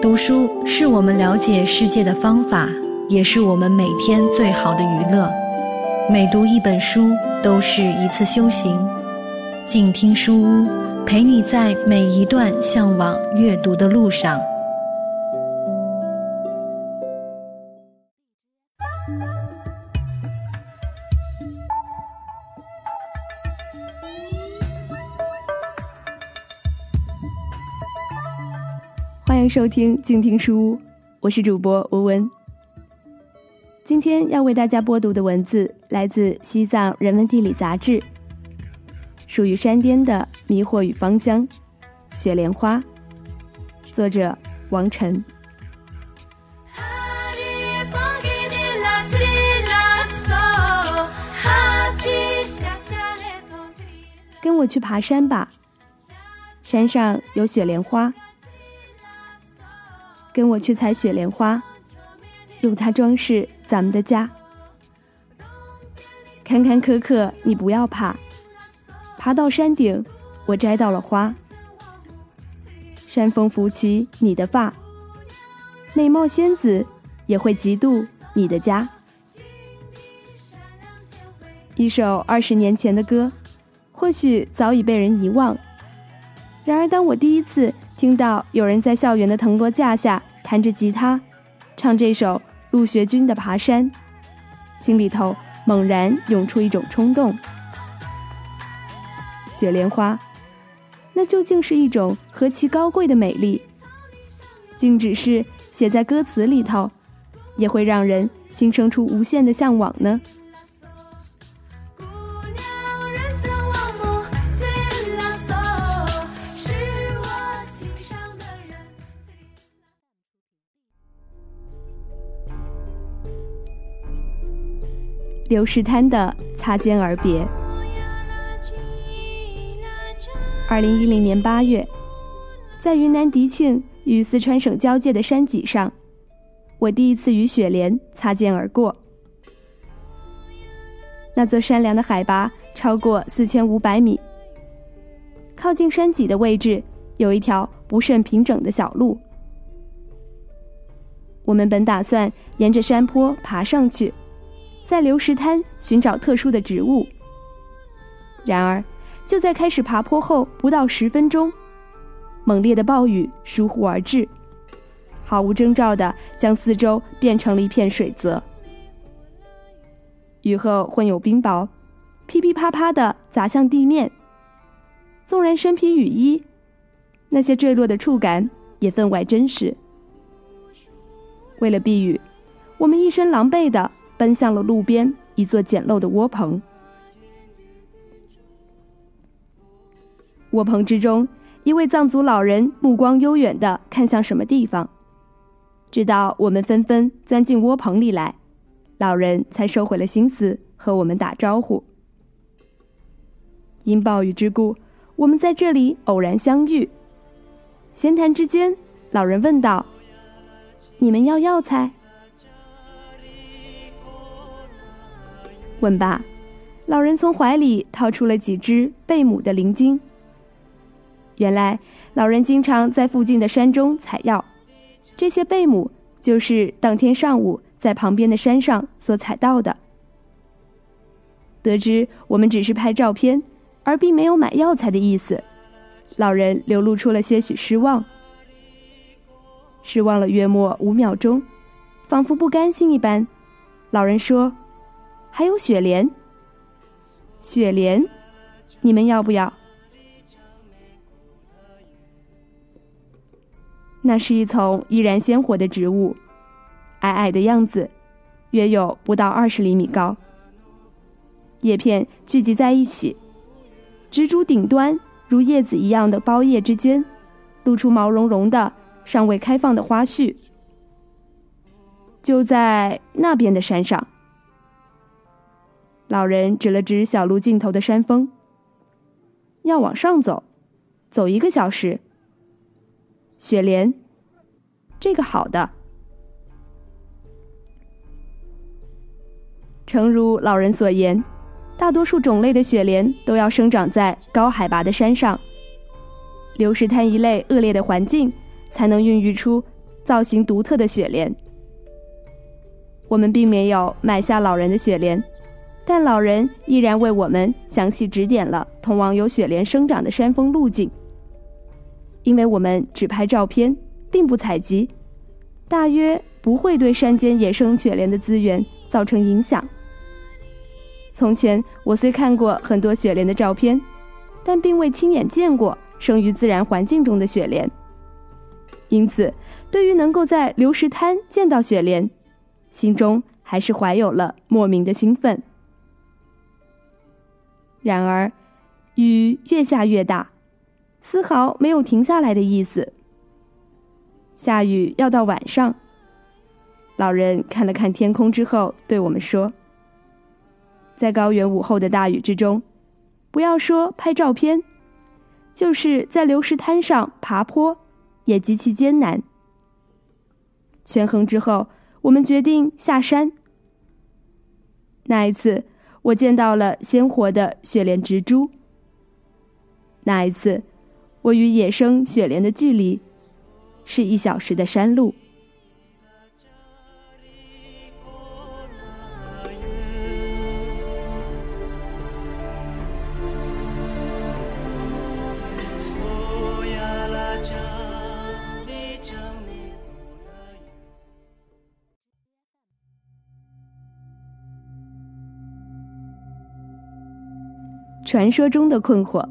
读书是我们了解世界的方法，也是我们每天最好的娱乐。每读一本书都是一次修行。静听书屋，陪你在每一段向往阅读的路上。 欢迎收听静听书屋，我是主播文文。今天要为大家播读的文字来自西藏人文地理杂志，属于山巅的迷惑与芳香，雪莲花，作者王晨。跟我去爬山吧，山上有雪莲花。跟我去采雪莲花，用它装饰咱们的家。坎坎坷坷你不要怕，爬到山顶我摘到了花。山峰扶起你的发，美貌仙子也会嫉妒你的家。一首20年前的歌，或许早已被人遗忘，然而当我第一次听到有人在校园的藤萝架下弹着吉他，唱这首陆学军的《爬山》，心里头猛然涌出一种冲动。雪莲花，那究竟是一种何其高贵的美丽，竟只是写在歌词里头，也会让人心生出无限的向往呢？流石滩的擦肩而别。2010年8月，在云南迪庆与四川省交界的山脊上，我第一次与雪莲擦肩而过。那座山梁的海拔超过4500米，靠近山脊的位置有一条不甚平整的小路。我们本打算沿着山坡爬上去，在流石滩寻找特殊的植物。然而就在开始爬坡后不到10分钟，猛烈的暴雨疏忽而至，毫无征兆地将四周变成了一片水泽。雨后混有冰雹，噼噼啪啪地砸向地面。纵然身披雨衣，那些坠落的触感也分外真实。为了避雨，我们一身狼狈地奔向了路边一座简陋的窝棚。窝棚之中，一位藏族老人目光悠远地看向什么地方，直到我们纷纷钻进窝棚里来，老人才收回了心思和我们打招呼。因暴雨之故，我们在这里偶然相遇。闲谈之间，老人问道：“你们要药材？”问罢，老人从怀里掏出了几只贝母的灵晶。原来老人经常在附近的山中采药，这些贝母就是当天上午在旁边的山上所采到的。得知我们只是拍照片，而并没有买药材的意思，老人流露出了些许失望。失望了约莫5秒钟，仿佛不甘心一般，老人说：“还有雪莲，雪莲，你们要不要？”那是一丛依然鲜活的植物，矮矮的样子，约有不到20厘米高。叶片聚集在一起，植株顶端如叶子一样的苞叶之间，露出毛茸茸的尚未开放的花序。就在那边的山上，老人指了指小路尽头的山峰，要往上走1个小时。雪莲，这个好的。诚如老人所言，大多数种类的雪莲都要生长在高海拔的山上，流石滩一类恶劣的环境才能孕育出造型独特的雪莲。我们并没有买下老人的雪莲，但老人依然为我们详细指点了通往有雪莲生长的山峰路径。因为我们只拍照片，并不采集，大约不会对山间野生雪莲的资源造成影响。从前我虽看过很多雪莲的照片，但并未亲眼见过生于自然环境中的雪莲，因此对于能够在流石滩见到雪莲，心中还是怀有了莫名的兴奋。然而雨越下越大，丝毫没有停下来的意思。下雨要到晚上，老人看了看天空之后对我们说，在高原午后的大雨之中，不要说拍照片，就是在流石滩上爬坡也极其艰难。权衡之后，我们决定下山。那一次我见到了鲜活的雪莲植株，那一次我与野生雪莲的距离是1小时的山路。传说中的困惑。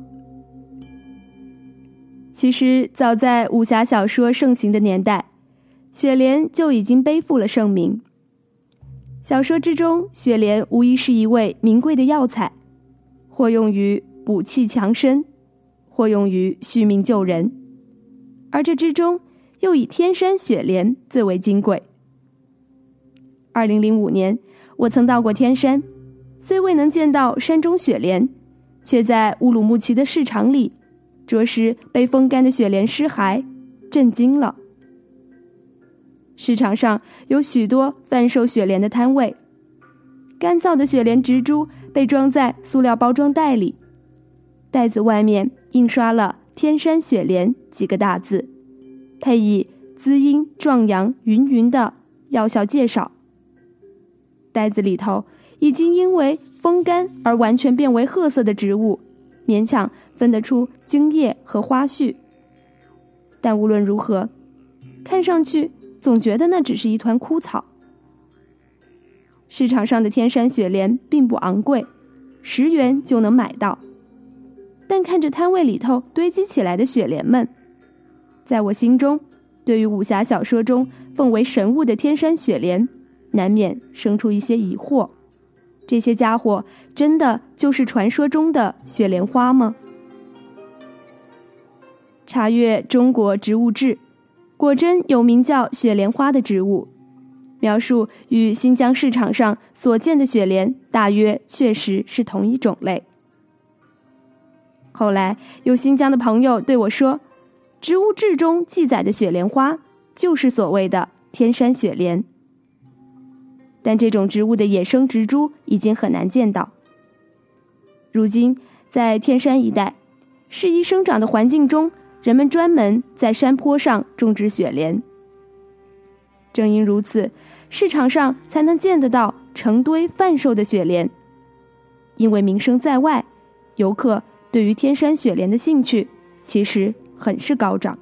其实早在武侠小说盛行的年代，雪莲就已经背负了盛名。小说之中，雪莲无疑是一味名贵的药材，或用于补气强身，或用于续命救人，而这之中又以天山雪莲最为金贵。2005年，我曾到过天山，虽未能见到山中雪莲，却在乌鲁木齐的市场里着实被风干的雪莲尸骸震惊了。市场上有许多贩售雪莲的摊位，干燥的雪莲植株被装在塑料包装袋里，袋子外面印刷了天山雪莲几个大字，配以滋阴壮阳云云的药效介绍。袋子里头已经因为风干而完全变为褐色的植物，勉强分得出茎叶和花序，但无论如何，看上去总觉得那只是一团枯草。市场上的天山雪莲并不昂贵，10元就能买到，但看着摊位里头堆积起来的雪莲们，在我心中，对于武侠小说中奉为神物的天山雪莲，难免生出一些疑惑。这些家伙真的就是传说中的雪莲花吗？查阅中国植物志，果真有名叫雪莲花的植物，描述与新疆市场上所见的雪莲大约确实是同一种类。后来有新疆的朋友对我说，植物志中记载的雪莲花就是所谓的天山雪莲，但这种植物的野生植株已经很难见到。如今在天山一带适宜生长的环境中，人们专门在山坡上种植雪莲。正因如此，市场上才能见得到成堆贩售的雪莲。因为名声在外，游客对于天山雪莲的兴趣其实很是高涨。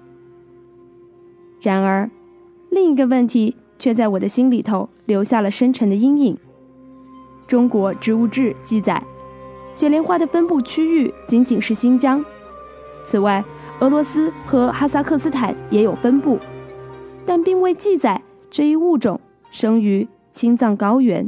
然而另一个问题却在我的心里头留下了深沉的阴影。中国植物志记载，雪莲花的分布区域仅仅是新疆，此外俄罗斯和哈萨克斯坦也有分布，但并未记载这一物种生于青藏高原。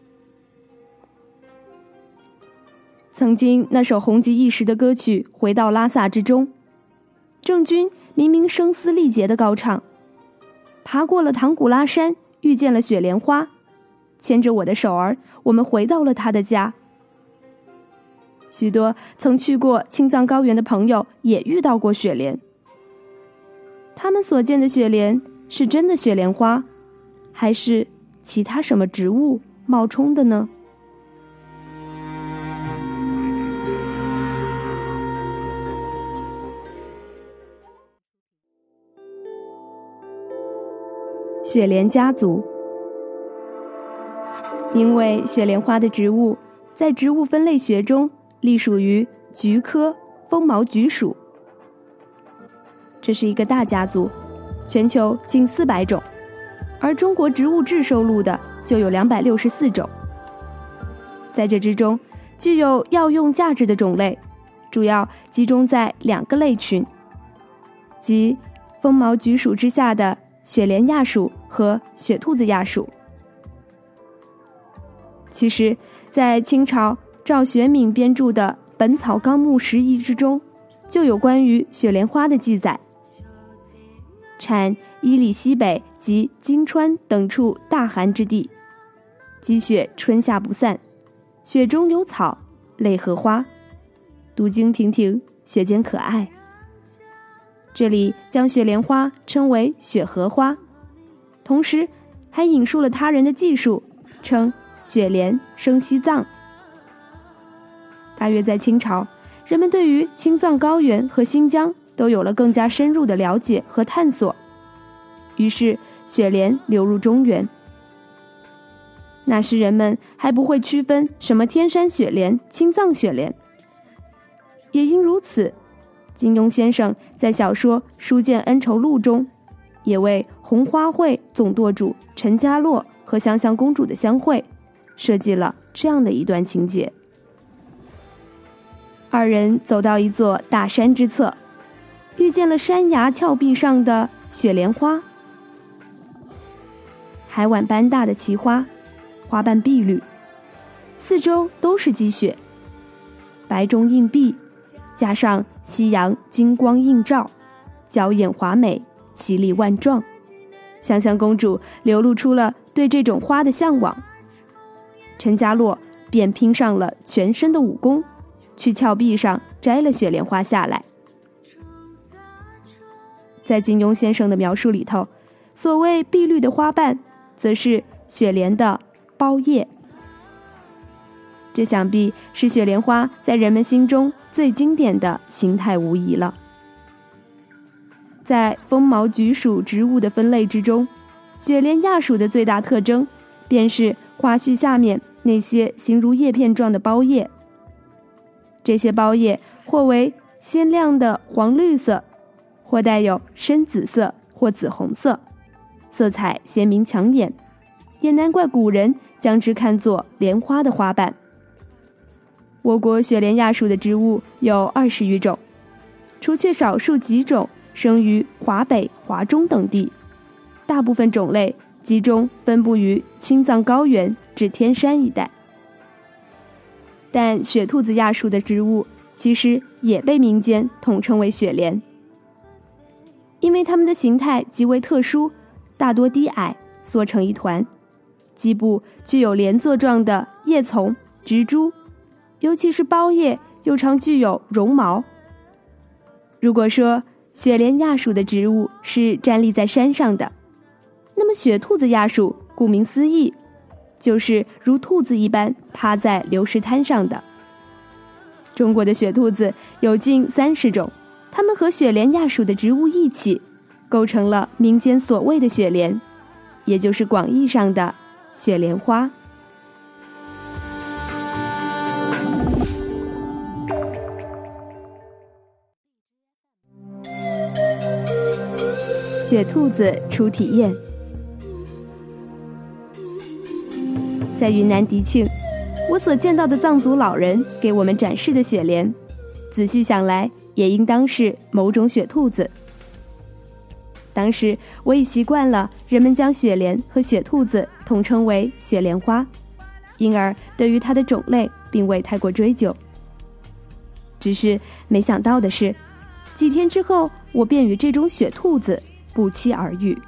曾经那首红极一时的歌曲《回到拉萨》之中，郑钧明明声嘶力竭地高唱，爬过了唐古拉山，遇见了雪莲花，牵着我的手儿，我们回到了他的家。许多曾去过青藏高原的朋友也遇到过雪莲，他们所见的雪莲是真的雪莲花，还是其他什么植物冒充的呢？ 雪莲家族。因为雪莲花的植物在植物分类学中隶属于菊科风毛菊属，这是一个大家族，全球近400种，而中国植物志收录的就有264种。在这之中，具有药用价值的种类主要集中在2个类群，即风毛菊属之下的雪莲亚属和雪兔子亚属。其实在清朝赵学敏编著的《本草纲目拾遗》之中，就有关于雪莲花的记载。产伊犁西北及金川等处大寒之地，积雪春夏不散，雪中有草，类荷花，读经亭亭，雪间可爱。这里将雪莲花称为雪荷花，同时还引述了他人的记述，称雪莲生西藏。大约在清朝，人们对于青藏高原和新疆都有了更加深入的了解和探索，于是雪莲流入中原。那时人们还不会区分什么天山雪莲、青藏雪莲，也因如此，金庸先生在小说《书剑恩仇录》中，也为红花会总舵主陈家洛和香香公主的相会设计了这样的一段情节。二人走到一座大山之侧，遇见了山崖峭壁上的雪莲花，海碗般大的奇花，花瓣碧绿，四周都是积雪，白中映碧，加上夕阳金光映照，娇艳华美，绮丽万状。香香公主流露出了对这种花的向往，陈家洛便拼上了全身的武功，去峭壁上摘了雪莲花下来。在金庸先生的描述里头，所谓碧绿的花瓣，则是雪莲的苞叶。这想必是雪莲花在人们心中最经典的形态无疑了。在风毛菊属植物的分类之中，雪莲亚属的最大特征便是花序下面那些形如叶片状的苞叶。这些苞叶或为鲜亮的黄绿色，或带有深紫色或紫红色，色彩鲜明抢眼，也难怪古人将之看作莲花的花瓣。我国雪莲亚属的植物有20余种，除却少数几种生于华北、华中等地，大部分种类集中分布于青藏高原至天山一带。但雪兔子亚属的植物其实也被民间统称为雪莲，因为它们的形态极为特殊，大多低矮，缩成一团，基部具有连座状的叶丛、植株，尤其是苞叶又常具有绒毛。如果说雪莲亚属的植物是站立在山上的，那么雪兔子亚属顾名思义，就是如兔子一般趴在流石滩上的。中国的雪兔子有近30种，它们和雪莲亚属的植物一起，构成了民间所谓的雪莲，也就是广义上的雪莲花。雪兔子初体验。在云南迪庆，我所见到的藏族老人给我们展示的雪莲，仔细想来也应当是某种雪兔子。当时我已习惯了人们将雪莲和雪兔子统称为雪莲花，因而对于它的种类并未太过追究。只是没想到的是，几天之后我便与这种雪兔子不期而遇。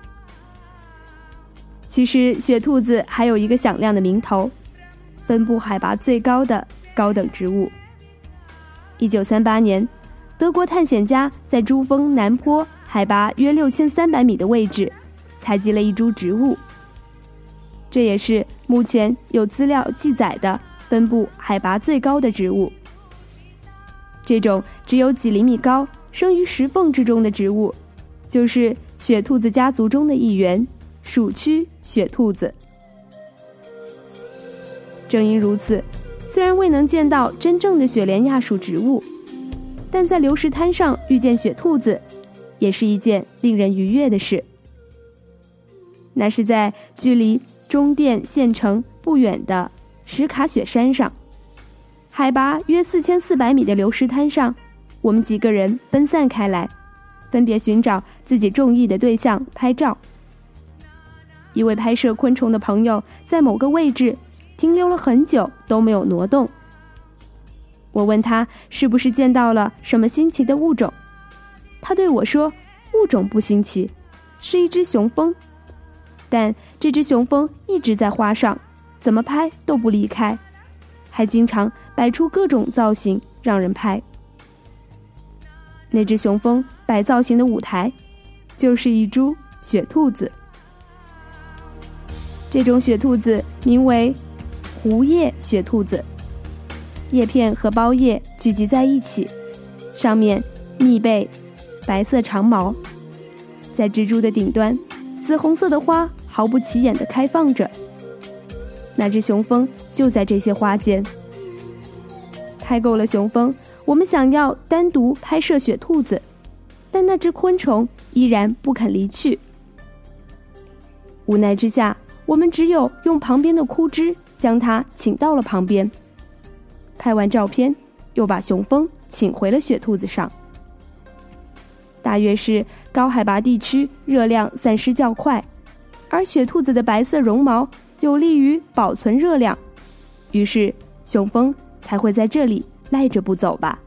其实雪兔子还有一个响亮的名头，分布海拔最高的高等植物。1938年，德国探险家在珠峰南坡海拔约6300米的位置采集了一株植物，这也是目前有资料记载的分布海拔最高的植物。这种只有几厘米高，生于石缝之中的植物，就是雪兔子家族中的一员， 鼠区雪兔子。正因如此，虽然未能见到真正的雪莲亚属植物，但在流石滩上遇见雪兔子也是一件令人愉悦的事。那是在距离中甸县城不远的什卡雪山上，海拔约4400米的流石滩上，我们几个人分散开来，分别寻找自己中意的对象拍照。一位拍摄昆虫的朋友在某个位置停留了很久都没有挪动。我问他是不是见到了什么新奇的物种，他对我说物种不新奇，是一只雄蜂，但这只雄蜂一直在花上，怎么拍都不离开，还经常摆出各种造型让人拍。那只雄蜂摆造型的舞台就是一株雪兔子。这种雪兔子名为弧叶雪兔子，叶片和苞叶聚集在一起，上面密被白色长毛，在植株的顶端，紫红色的花毫不起眼地开放着。那只雄蜂就在这些花间。拍够了雄蜂，我们想要单独拍摄雪兔子，但那只昆虫依然不肯离去。无奈之下，我们只有用旁边的枯枝将它请到了旁边。拍完照片，又把雄蜂请回了雪兔子上。大约是高海拔地区热量散失较快，而雪兔子的白色绒毛有利于保存热量，于是雄蜂才会在这里赖着不走吧。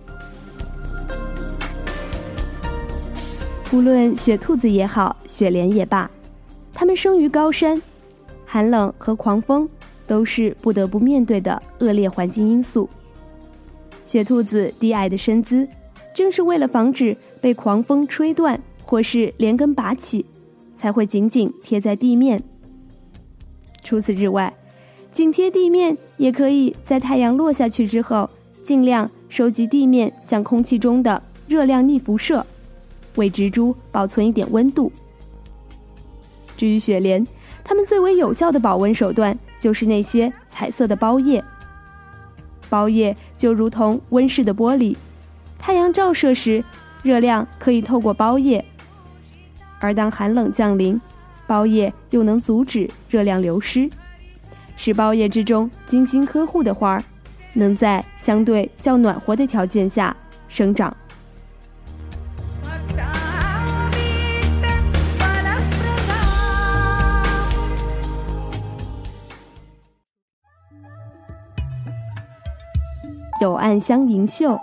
无论雪兔子也好，雪莲也罢，它们生于高山，寒冷和狂风都是不得不面对的恶劣环境因素。雪兔子低矮的身姿，正是为了防止被狂风吹断或是连根拔起，才会紧紧贴在地面。除此之外，紧贴地面也可以在太阳落下去之后，尽量收集地面向空气中的热量逆辐射，为植株保存一点温度。至于雪莲，它们最为有效的保温手段就是那些彩色的苞叶。苞叶就如同温室的玻璃，太阳照射时，热量可以透过苞叶，而当寒冷降临，苞叶又能阻止热量流失，使苞叶之中精心呵护的花儿能在相对较暖和的条件下生长。有暗香盈袖。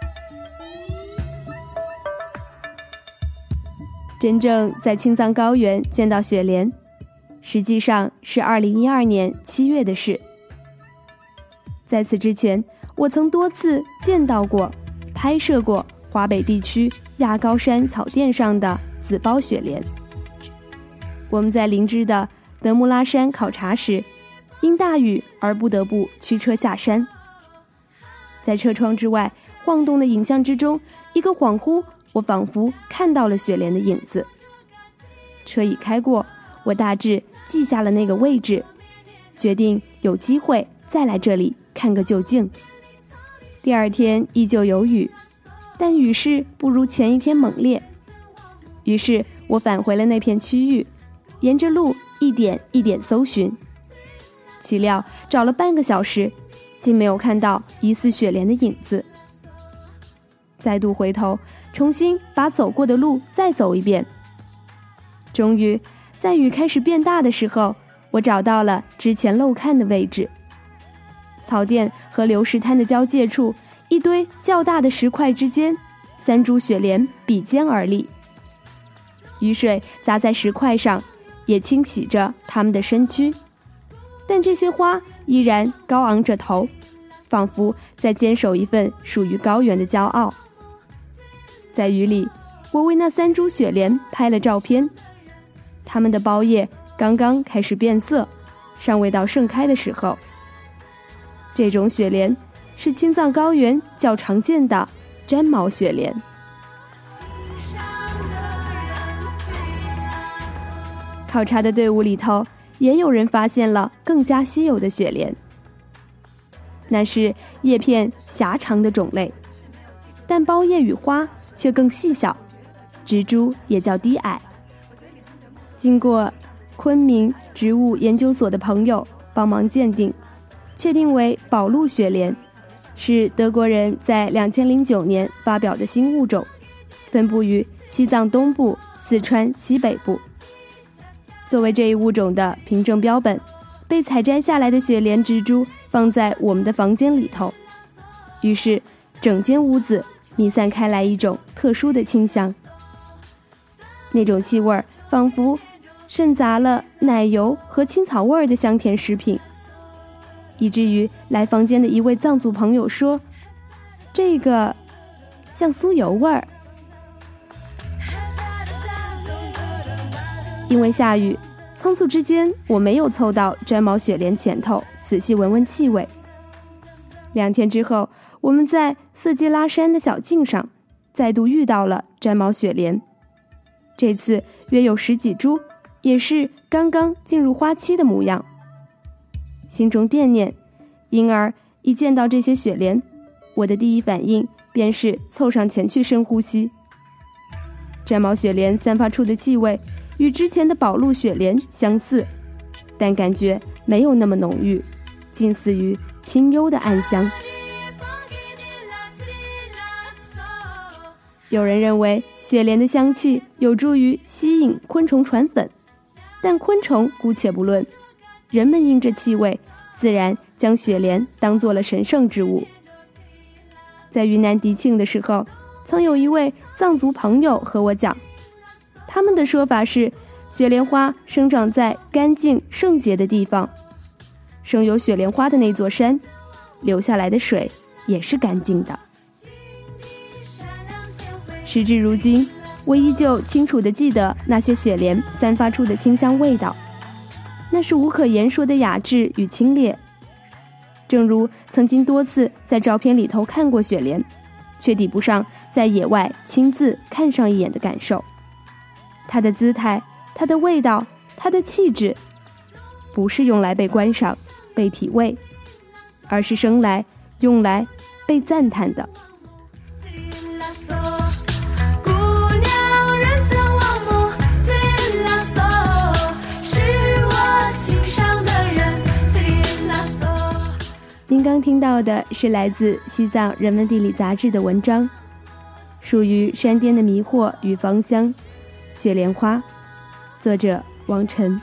真正在青藏高原见到雪莲，实际上是2012年7月的事。在此之前，我曾多次见到过、拍摄过华北地区亚高山草甸上的紫苞雪莲。我们在林芝的德木拉山考察时，因大雨而不得不驱车下山。在车窗之外晃动的影像之中，一个恍惚，我仿佛看到了雪莲的影子。车已开过，我大致记下了那个位置，决定有机会再来这里看个究竟。第二天依旧有雨，但雨势不如前一天猛烈，于是我返回了那片区域，沿着路一点一点搜寻，岂料找了半个小时，竟没有看到疑似雪莲的影子。再度回头，重新把走过的路再走一遍。终于在雨开始变大的时候，我找到了之前漏看的位置。草甸和流石滩的交界处，一堆较大的石块之间，3株雪莲比肩而立。雨水砸在石块上，也清洗着它们的身躯，但这些花依然高昂着头，仿佛在坚守一份属于高原的骄傲。在雨里，我为那3株雪莲拍了照片，它们的苞叶刚刚开始变色，尚未到盛开的时候。这种雪莲是青藏高原较常见的粘毛雪莲。 考察的队伍里头也有人发现了更加稀有的雪莲，那是叶片狭长的种类，但苞叶与花却更细小，植株也较低矮。经过昆明植物研究所的朋友帮忙鉴定，确定为宝路雪莲，是德国人在2009年发表的新物种，分布于西藏东部、四川西北部。作为这一物种的凭证标本，被采摘下来的雪莲植株放在我们的房间里头，于是整间屋子弥散开来一种特殊的清香，那种气味仿佛渗杂了奶油和青草味的香甜食品，以至于来房间的一位藏族朋友说，这个像酥油味儿。因为下雨，仓促之间我没有凑到粘毛雪莲前头仔细闻闻气味。2天之后，我们在色季拉山的小径上再度遇到了粘毛雪莲，这次约有10几株，也是刚刚进入花期的模样。心中惦念，因而一见到这些雪莲，我的第一反应便是凑上前去深呼吸。粘毛雪莲散发出的气味与之前的宝路雪莲相似，但感觉没有那么浓郁，近似于清幽的暗香。有人认为雪莲的香气有助于吸引昆虫传粉，但昆虫姑且不论，人们因这气味自然将雪莲当作了神圣之物。在云南迪庆的时候，曾有一位藏族朋友和我讲，他们的说法是，雪莲花生长在干净圣洁的地方，生有雪莲花的那座山，流下来的水也是干净的。时至如今，我依旧清楚地记得那些雪莲散发出的清香味道，那是无可言说的雅致与清冽。正如曾经多次在照片里头看过雪莲，却抵不上在野外亲自看上一眼的感受。它的姿态，它的味道，它的气质，不是用来被观赏、被体味，而是生来用来被赞叹的。您刚听到的是来自西藏人文地理杂志的文章，属于山巅的迷惑与芳香，雪莲花，作者王晨。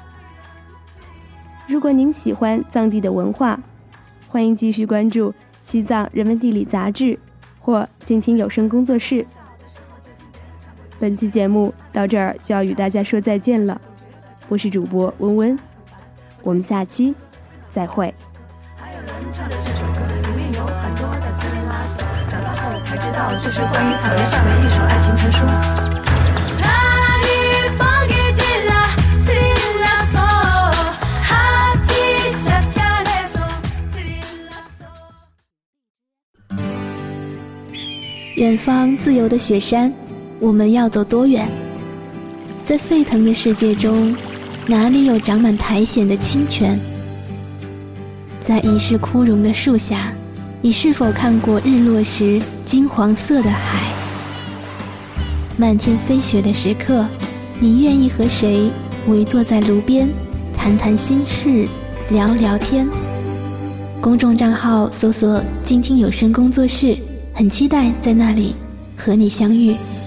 如果您喜欢藏地的文化，欢迎继续关注西藏人文地理杂志或静听有声工作室。本期节目到这儿就要与大家说再见了，我是主播温温，我们下期再会。 唱的这首歌里面有很多的滋里拉嗦，长大后才知道这是关于草原上的一首爱情传说。 远方自由的雪山，我们要走多远？在沸腾的世界中，哪里有长满苔藓的清泉？在已是枯荣的树下，你是否看过日落时金黄色的海？漫天飞雪的时刻，你愿意和谁围坐在炉边，谈谈心事，聊聊天？公众账号搜索静听有声工作室，很期待在那里和你相遇。